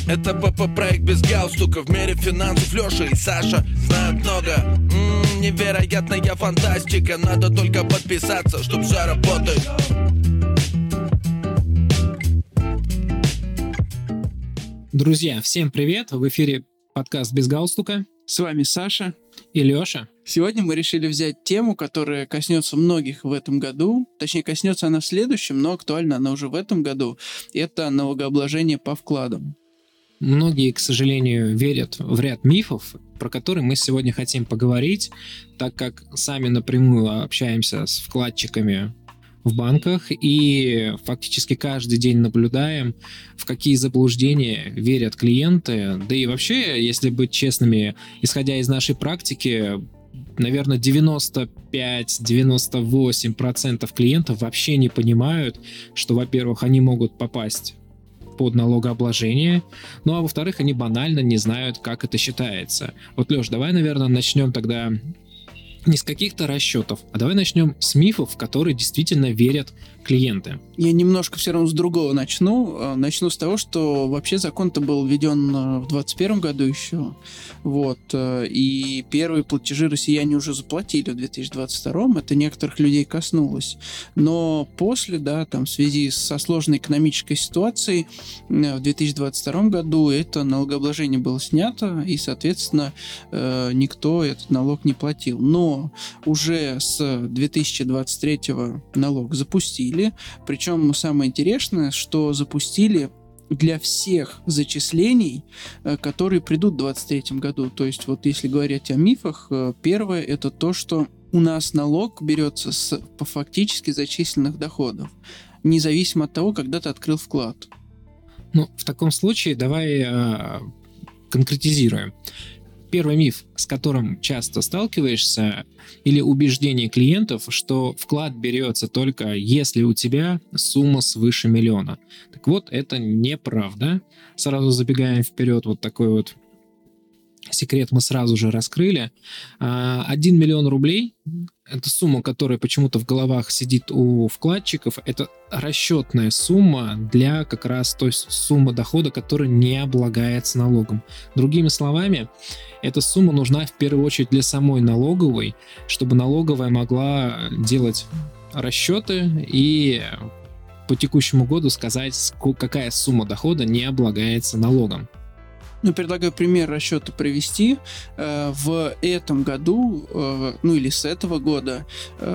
Это ПП-проект без галстука. В мире финансов Леша и Саша знают много. Невероятная фантастика. Надо только подписаться, чтоб все работает. Друзья, всем привет! В эфире подкаст «Без галстука». С вами Саша и Леша. Сегодня мы решили взять тему, которая коснется многих в этом году. Точнее, коснется она в следующем, но актуальна она уже в этом году. Это налогообложение по вкладам. Многие, к сожалению, верят в ряд мифов, про которые мы сегодня хотим поговорить, так как сами напрямую общаемся с вкладчиками в банках и фактически каждый день наблюдаем, в какие заблуждения верят клиенты. Да и вообще, если быть честными, исходя из нашей практики, наверное, 95-98% клиентов вообще не понимают, что, во-первых, они могут попасть под налогообложение, ну а во-вторых, они банально не знают, как это считается. Вот, Леш, давай, наверное, начнем тогда не с каких-то расчетов, а давай начнем с мифов, в которые действительно верят клиенты. Я немножко все равно с другого начну. Начну с того, что вообще закон-то был введен в 2021 году еще. Вот. И первые платежи россияне уже заплатили в 2022. Это некоторых людей коснулось. Но после, да, там, в связи со сложной экономической ситуацией в 2022 году это налогообложение было снято, и, соответственно, никто этот налог не платил. Но уже с 2023 налог запустили. Причем самое интересное, что запустили для всех зачислений, которые придут в 2023 году. То есть вот если говорить о мифах, первое это то, что у нас налог берется по фактически зачисленных доходов, независимо от того, когда ты открыл вклад. Ну, в таком случае давай конкретизируем. Первый миф, с которым часто сталкиваешься, или убеждение клиентов, что вклад берется только если у тебя сумма свыше 1 миллиона. Так вот, это неправда. Сразу забегаем вперед, вот такой вот секрет мы сразу же раскрыли. 1 миллион рублей – это сумма, которая почему-то в головах сидит у вкладчиков. Это расчетная сумма для как раз той суммы дохода, которая не облагается налогом. Другими словами, эта сумма нужна в первую очередь для самой налоговой, чтобы налоговая могла делать расчеты и по текущему году сказать, какая сумма дохода не облагается налогом. Ну, предлагаю пример расчета провести. В этом году, ну или с этого года,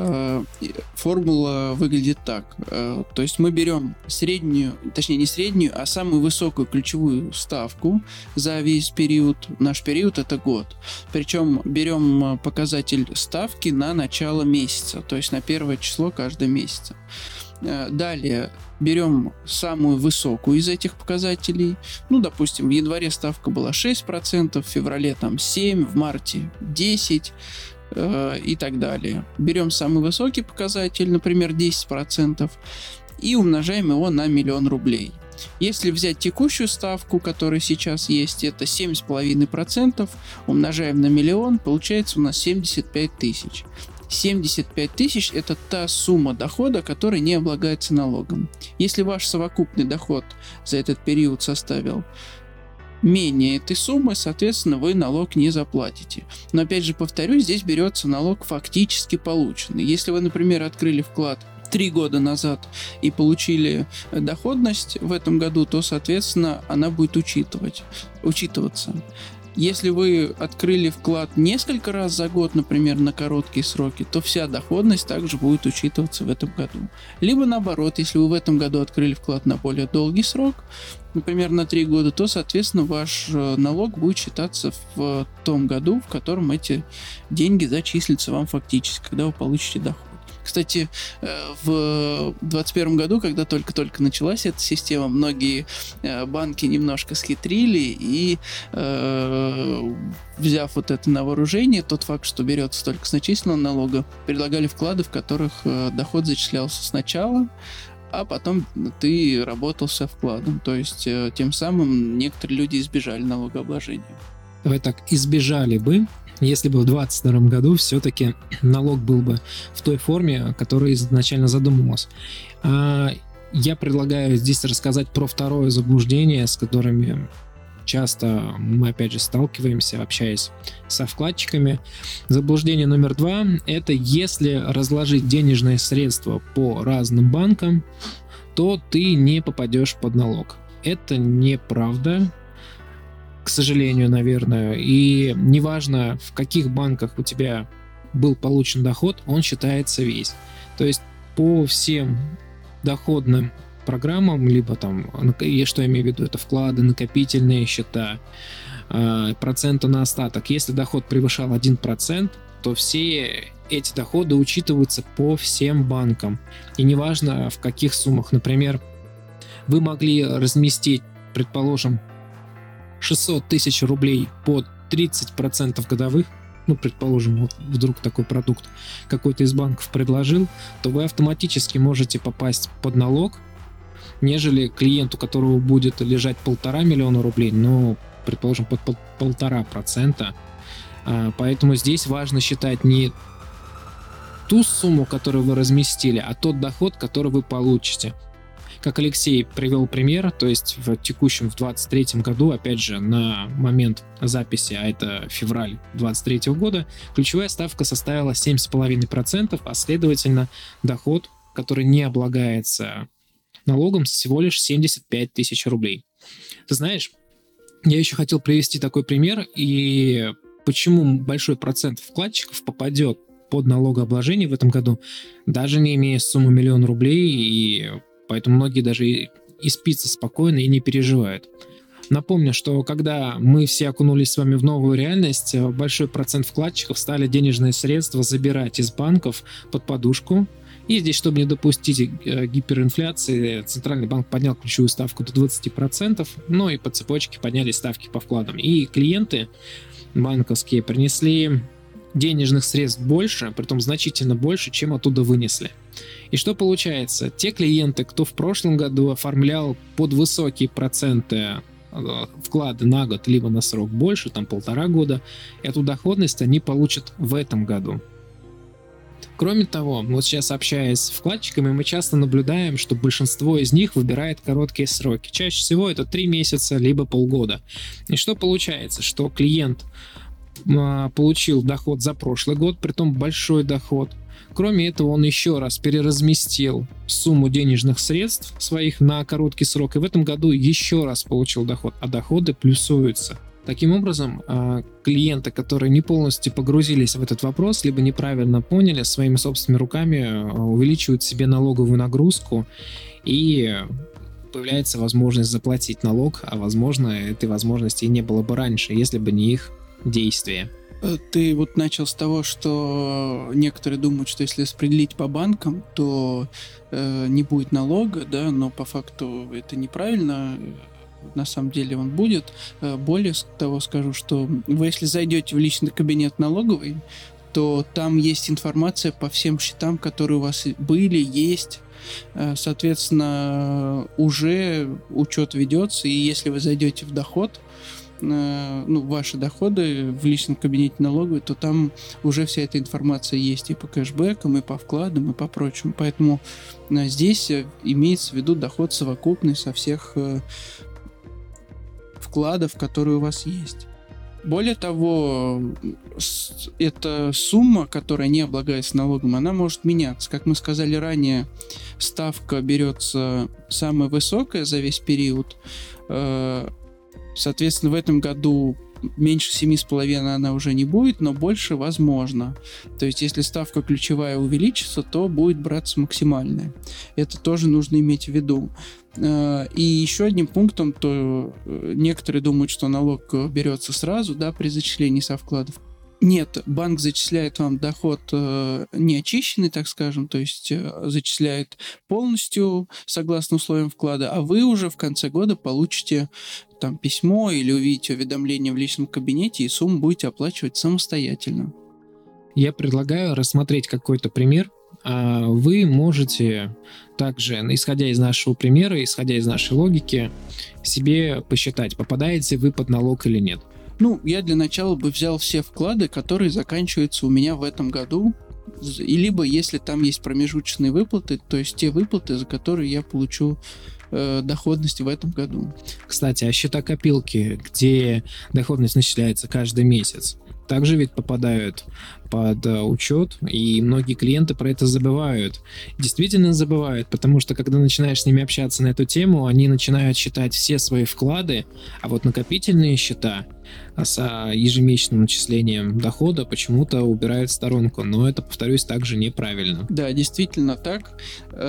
формула выглядит так. То есть мы берем среднюю, точнее не среднюю, а самую высокую ключевую ставку за весь период. Наш период это год. Причем берем показатель ставки на начало месяца, то есть на первое число каждого месяца. Далее берем самую высокую из этих показателей. Ну, допустим, в январе ставка была 6%, в феврале там 7%, в марте 10% и так далее. Берем самый высокий показатель, например, 10%, и умножаем его на 1 миллион рублей. Если взять текущую ставку, которая сейчас есть, это 7,5%, умножаем на 1 миллион, получается у нас 75 тысяч. 75 тысяч – это та сумма дохода, которая не облагается налогом. Если ваш совокупный доход за этот период составил менее этой суммы, соответственно, вы налог не заплатите. Но опять же повторюсь, здесь берется налог фактически полученный. Если вы, например, открыли вклад 3 года назад и получили доходность в этом году, то, соответственно, она будет учитываться. Если вы открыли вклад несколько раз за год, например, на короткие сроки, то вся доходность также будет учитываться в этом году. Либо наоборот, если вы в этом году открыли вклад на более долгий срок, например, на 3 года, то, соответственно, ваш налог будет считаться в том году, в котором эти деньги зачислятся вам фактически, когда вы получите доход. Кстати, в 2021 году, когда только-только началась эта система, многие банки немножко схитрили и, взяв вот это на вооружение, тот факт, что берется только с начисленного налога, предлагали вклады, в которых доход зачислялся сначала, а потом ты работал со вкладом. То есть, тем самым некоторые люди избежали налогообложения. Давай так, избежали бы, если бы в 2022 году все-таки налог был бы в той форме, которая изначально задумывалась. Я предлагаю здесь рассказать про второе заблуждение, с которыми часто мы, опять же, сталкиваемся, общаясь со вкладчиками. Заблуждение номер 2 – это если разложить денежные средства по разным банкам, то ты не попадешь под налог. Это неправда, к сожалению, наверное. И неважно, в каких банках у тебя был получен доход, он считается весь. То есть по всем доходным программам, либо там, что я имею в виду, это вклады, накопительные счета, проценты на остаток. Если доход превышал 1%, то все эти доходы учитываются по всем банкам. И неважно, в каких суммах. Например, вы могли разместить, предположим, 600 тысяч рублей под 30% годовых, предположим, вот вдруг такой продукт какой-то из банков предложил, то вы автоматически можете попасть под налог, нежели клиент, у которого будет лежать 1,5 миллиона рублей, предположим, под 1,5%. Поэтому здесь важно считать не ту сумму, которую вы разместили, а тот доход, который вы получите. Как Алексей привел пример, то есть в текущем, в 2023 году, опять же, на момент записи, а это февраль 2023 года, ключевая ставка составила 7,5%, а следовательно, доход, который не облагается налогом, всего лишь 75 тысяч рублей. Ты знаешь, я еще хотел привести такой пример, и почему большой процент вкладчиков попадет под налогообложение в этом году, даже не имея суммы 1 миллион рублей, и поэтому многие даже и спится спокойно и не переживают. Напомню, что когда мы все окунулись с вами в новую реальность, большой процент вкладчиков стали денежные средства забирать из банков под подушку. И здесь, чтобы не допустить гиперинфляции, Центральный банк поднял ключевую ставку до 20%, но и по цепочке подняли ставки по вкладам. И клиенты банковские принесли денежных средств больше, притом значительно больше, чем оттуда вынесли. И что получается? Те клиенты, кто в прошлом году оформлял под высокие проценты вклады на год, либо на срок больше, там 1,5 года, эту доходность они получат в этом году. Кроме того, вот сейчас, общаясь с вкладчиками, мы часто наблюдаем, что большинство из них выбирает короткие сроки. Чаще всего это 3 месяца, либо полгода. И что получается? Что клиент получил доход за прошлый год, притом большой доход. Кроме этого, он еще раз переразместил сумму денежных средств своих на короткий срок, и в этом году еще раз получил доход, а доходы плюсуются. Таким образом, клиенты, которые не полностью погрузились в этот вопрос, либо неправильно поняли, своими собственными руками увеличивают себе налоговую нагрузку, и появляется возможность заплатить налог, а возможно, этой возможности и не было бы раньше, если бы не их действия. Ты вот начал с того, что некоторые думают, что если распределить по банкам, то не будет налога, да, но по факту это неправильно. На самом деле он будет. Более того скажу, что вы, если зайдете в личный кабинет налоговой, то там есть информация по всем счетам, которые у вас были, есть. Соответственно, уже учет ведется, и если вы зайдете в доход, ваши доходы в личном кабинете налоговой, то там уже вся эта информация есть и по кэшбэкам, и по вкладам, и по прочему. Поэтому здесь имеется в виду доход совокупный со всех вкладов, которые у вас есть. Более того, эта сумма, которая не облагается налогом, она может меняться. Как мы сказали ранее, ставка берется самая высокая за весь период. Соответственно, в этом году меньше 7,5 она уже не будет, но больше возможно. То есть, если ставка ключевая увеличится, то будет браться максимальная. Это тоже нужно иметь в виду. И еще одним пунктом, то некоторые думают, что налог берется сразу, да, при зачислении со вкладов. Нет, банк зачисляет вам доход не очищенный, так скажем, то есть зачисляет полностью согласно условиям вклада, а вы уже в конце года получите там письмо или увидите уведомление в личном кабинете и сумму будете оплачивать самостоятельно. Я предлагаю рассмотреть какой-то пример. Вы можете также, исходя из нашего примера, исходя из нашей логики, себе посчитать, попадаете вы под налог или нет. Я для начала бы взял все вклады, которые заканчиваются у меня в этом году. И либо, если там есть промежуточные выплаты, то есть те выплаты, за которые я получу доходность в этом году. Кстати, а счета-копилки, где доходность начисляется каждый месяц, также ведь попадают под учет, и многие клиенты про это забывают. Действительно забывают, потому что когда начинаешь с ними общаться на эту тему, они начинают считать все свои вклады, а вот накопительные счета с ежемесячным начислением дохода почему-то убирают в сторонку. Но это, повторюсь, также неправильно. Да, действительно так.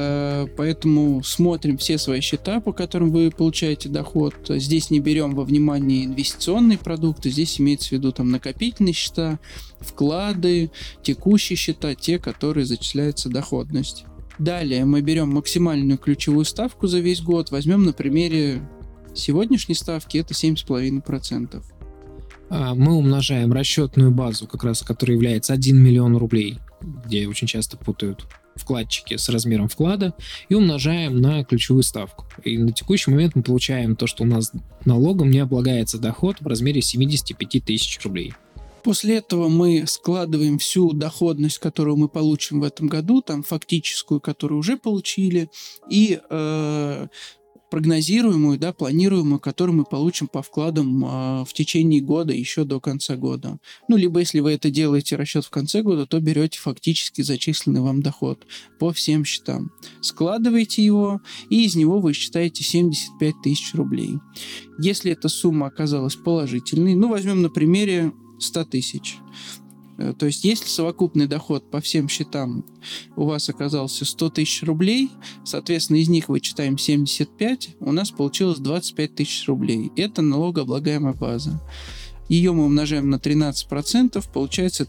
Поэтому смотрим все свои счета, по которым вы получаете доход. Здесь не берем во внимание инвестиционные продукты, здесь имеется в виду там накопительные счета, вклады, текущие счета, те, которые зачисляется доходность. Далее мы берем максимальную ключевую ставку за весь год. Возьмем на примере сегодняшней ставки, это 7,5%. Мы умножаем расчетную базу, как раз, которая является 1 миллион рублей, где очень часто путают вкладчики с размером вклада, и умножаем на ключевую ставку. И на текущий момент мы получаем то, что у нас налогом не облагается доход в размере 75 тысяч рублей. После этого мы складываем всю доходность, которую мы получим в этом году, там фактическую, которую уже получили, и прогнозируемую, да, планируемую, которую мы получим по вкладам в течение года, еще до конца года. Ну, либо если вы это делаете расчет в конце года, то берете фактически зачисленный вам доход по всем счетам. Складываете его, и из него вы считаете 75 тысяч рублей. Если эта сумма оказалась положительной, ну, возьмем на примере 100 тысяч. То есть, если совокупный доход по всем счетам у вас оказался 100 тысяч рублей, соответственно, из них вычитаем 75, у нас получилось 25 тысяч рублей. Это налогооблагаемая база. Ее мы умножаем на 13%, получается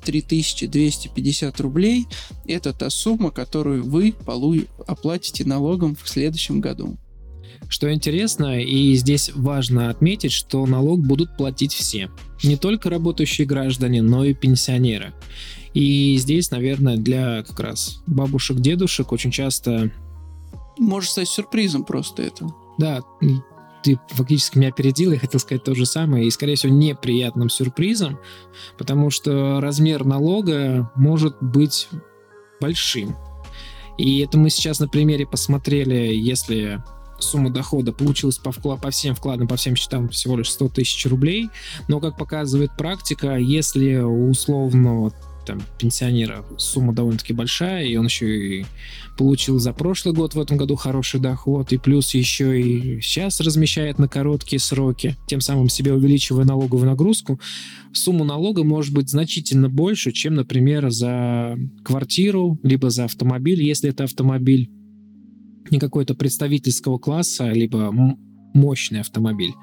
3250 рублей. Это та сумма, которую вы оплатите налогом в следующем году. Что интересно, и здесь важно отметить, что налог будут платить все. Не только работающие граждане, но и пенсионеры. И здесь, наверное, для как раз бабушек, дедушек очень часто... Может стать сюрпризом просто это. Да, ты фактически меня опередил, я хотел сказать то же самое, и, скорее всего, неприятным сюрпризом, потому что размер налога может быть большим. И это мы сейчас на примере посмотрели, если... сумма дохода получилась по всем вкладам, по всем счетам всего лишь 100 тысяч рублей, но, как показывает практика, если у условного пенсионера сумма довольно-таки большая, и он еще и получил за прошлый год в этом году хороший доход, и плюс еще и сейчас размещает на короткие сроки, тем самым себе увеличивая налоговую нагрузку, сумма налога может быть значительно больше, чем, например, за квартиру, либо за автомобиль, если это автомобиль не какой-то представительского класса, либо мощный автомобиль.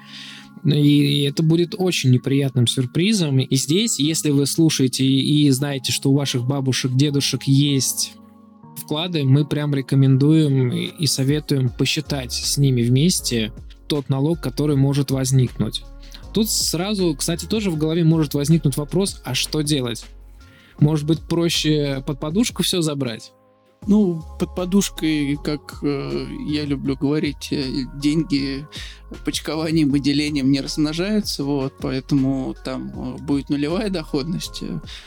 И это будет очень неприятным сюрпризом. И здесь, если вы слушаете и знаете, что у ваших бабушек, дедушек есть вклады, мы прям рекомендуем и советуем посчитать с ними вместе тот налог, который может возникнуть. Тут сразу, кстати, тоже в голове может возникнуть вопрос, а что делать? Может быть, проще под подушку все забрать? Ну, под подушкой, как я люблю говорить, деньги почкованием и делением не размножаются, вот, поэтому там будет нулевая доходность,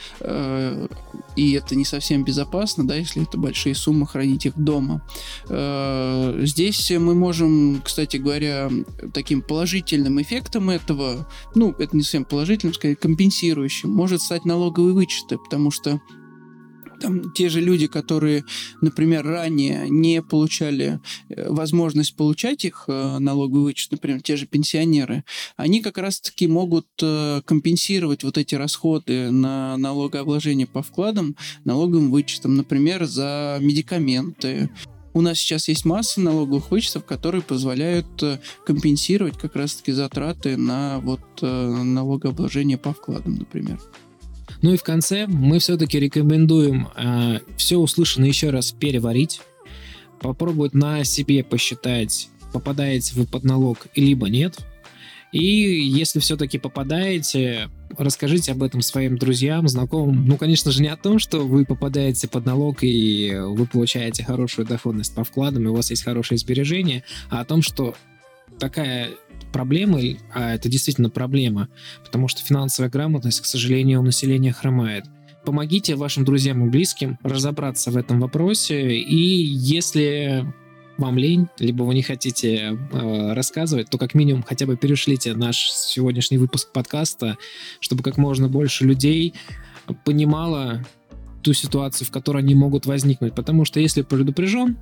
и это не совсем безопасно, да, если это большие суммы, хранить их дома. Здесь мы можем, кстати говоря, таким положительным эффектом этого, ну, это не совсем положительным, скорее компенсирующим, может стать налоговые вычеты, потому что там те же люди, которые, например, ранее не получали возможность получать их налоговый вычет, например, те же пенсионеры, они как раз-таки могут компенсировать вот эти расходы на налогообложение по вкладам налоговым вычетом, например, за медикаменты. У нас сейчас есть масса налоговых вычетов, которые позволяют компенсировать как раз-таки затраты на вот налогообложение по вкладам, например. Ну и в конце мы все-таки рекомендуем все услышанное еще раз переварить, попробовать на себе посчитать, попадаете вы под налог либо нет. И если все-таки попадаете, расскажите об этом своим друзьям, знакомым. Ну, конечно же, не о том, что вы попадаете под налог и вы получаете хорошую доходность по вкладам, и у вас есть хорошие сбережения, а о том, что такая проблема, а это действительно проблема, потому что финансовая грамотность, к сожалению, у населения хромает. помогите вашим друзьям и близким разобраться в этом вопросе, и если вам лень, либо вы не хотите рассказывать, то как минимум хотя бы перешлите наш сегодняшний выпуск подкаста, чтобы как можно больше людей понимало ту ситуацию, в которой они могут возникнуть. Потому что если предупрежден,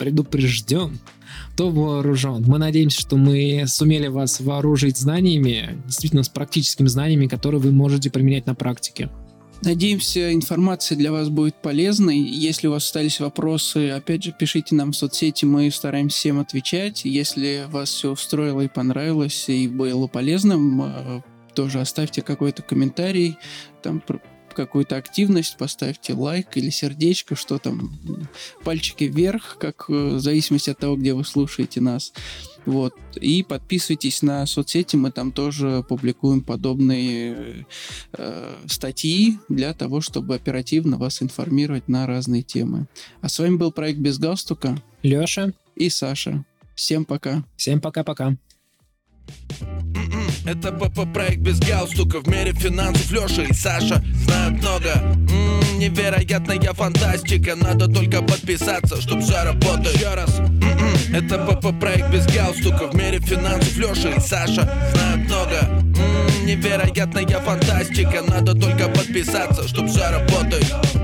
то вооружен. Мы надеемся, что мы сумели вас вооружить знаниями, действительно с практическими знаниями, которые вы можете применять на практике. Надеемся, информация для вас будет полезной. Если у вас остались вопросы, опять же, пишите нам в соцсети, мы стараемся всем отвечать. Если вас все устроило и понравилось, и было полезным, тоже оставьте какой-то комментарий, там какую-то активность, поставьте лайк или сердечко, что там, пальчики вверх, как в зависимости от того, где вы слушаете нас. Вот. И подписывайтесь на соцсети, мы там тоже публикуем подобные статьи для того, чтобы оперативно вас информировать на разные темы. А с вами был проект «Без галстука». Леша И Саша. Всем пока. Всем пока-пока. Это проект без галстука. В мире финансов Леша и Саша знают много. Невероятная фантастика. Надо только подписаться, чтоб заработать. Еще раз. Это проект без галстука. В мире финансов Леша и Саша знают много. Невероятная фантастика. Надо только подписаться, чтоб заработать.